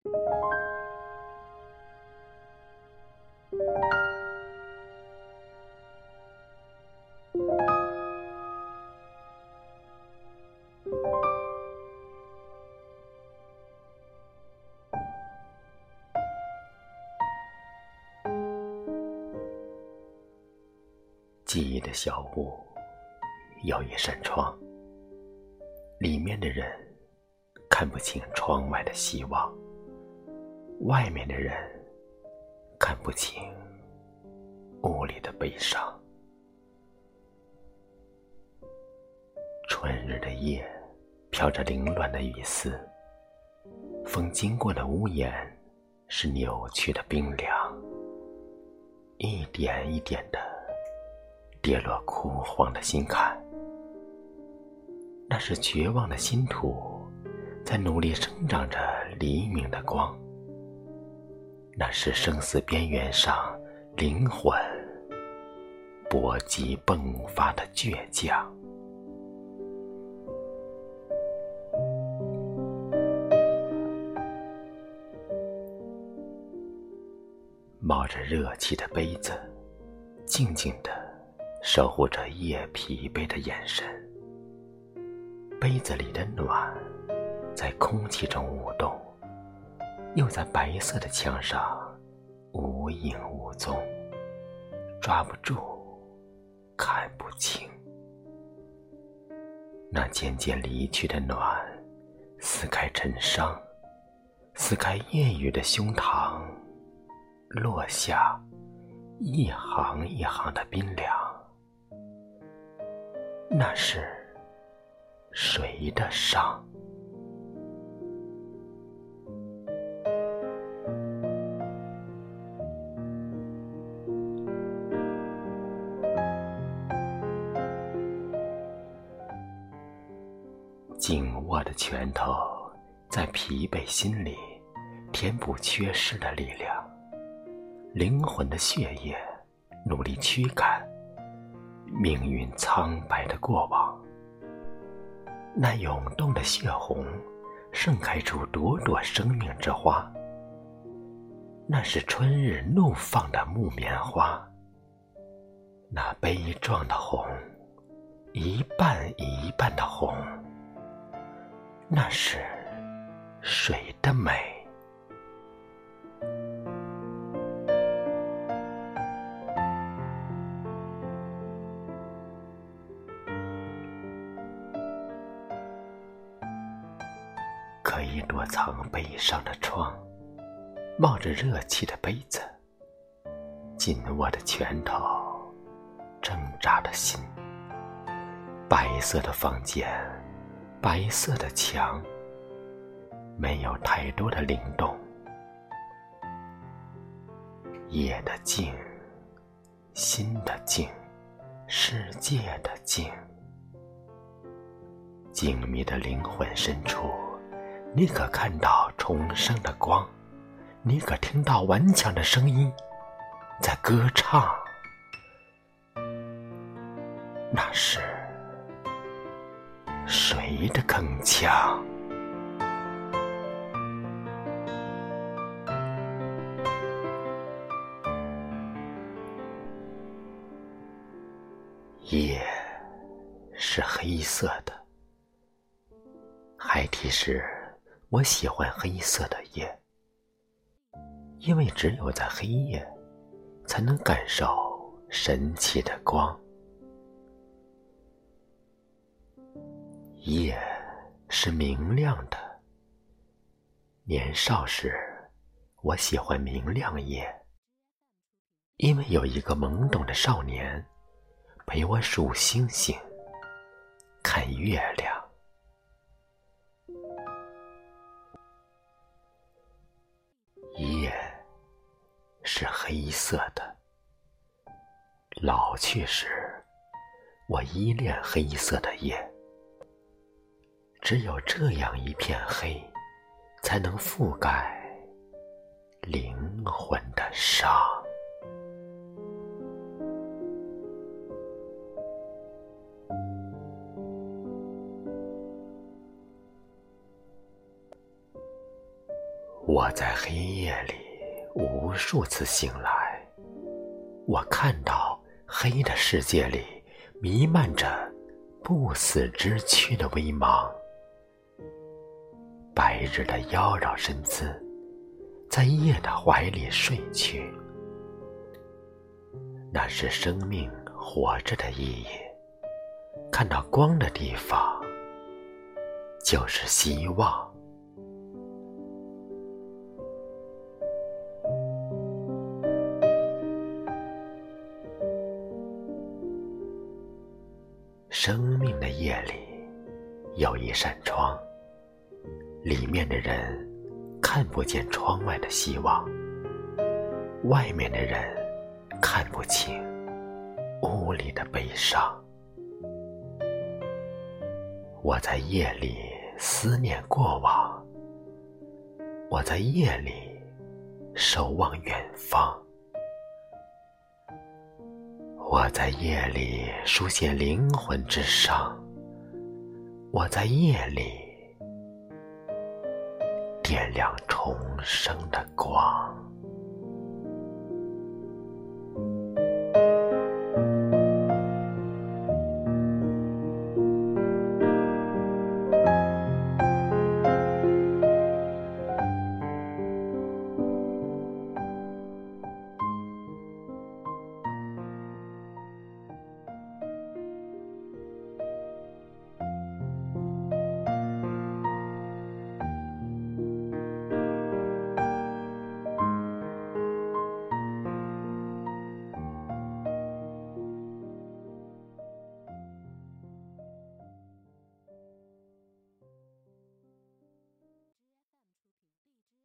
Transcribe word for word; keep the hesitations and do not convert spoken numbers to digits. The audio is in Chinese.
记忆的小屋有一扇窗，里面的人看不清窗外的希望，外面的人看不清屋里的悲伤。春日的夜飘着凌乱的雨丝，风经过的屋檐是扭曲的冰凉，一点一点的跌落枯黄的心坎。那是绝望的心土在努力生长着黎明的光，那是生死边缘上灵魂搏击迸发的倔强。冒着热气的杯子，静静地守护着夜疲惫的眼神。杯子里的暖在空气中舞动，又在白色的墙上无影无踪，抓不住，看不清。那渐渐离去的暖撕开尘伤，撕开夜雨的胸膛，落下一行一行的冰凉。那是谁的伤？紧握的拳头在疲惫心里填补缺失的力量，灵魂的血液努力驱赶命运苍白的过往。那涌动的血红盛开出朵朵生命之花，那是春日怒放的木棉花。那悲壮的红，一半一半的红，那是谁的美？可以躲藏悲伤的窗，冒着热气的杯子，紧握的拳头，挣扎的心。白色的房间，白色的墙，没有太多的灵动。夜的静，心的静，世界的静。静谧的灵魂深处，你可看到重生的光，你可听到顽强的声音在歌唱。那是谁的铿锵？夜是黑色的。孩提时，我喜欢黑色的夜，因为只有在黑夜，才能感受神奇的光。夜是明亮的。年少时，我喜欢明亮夜，因为有一个懵懂的少年陪我数星星，看月亮。夜是黑色的。老去时，我依恋黑色的夜。只有这样一片黑，才能覆盖灵魂的伤。 我在黑夜里无数次醒来，我看到黑的世界里弥漫着不死之躯的微芒，白日的妖娆身姿在夜的怀里睡去，那是生命活着的意义。看到光的地方就是希望。生命的夜里有一扇窗，里面的人看不见窗外的希望，外面的人看不清屋里的悲伤。我在夜里思念过往，我在夜里守望远方，我在夜里书写灵魂之伤，我在夜里点亮重生的光。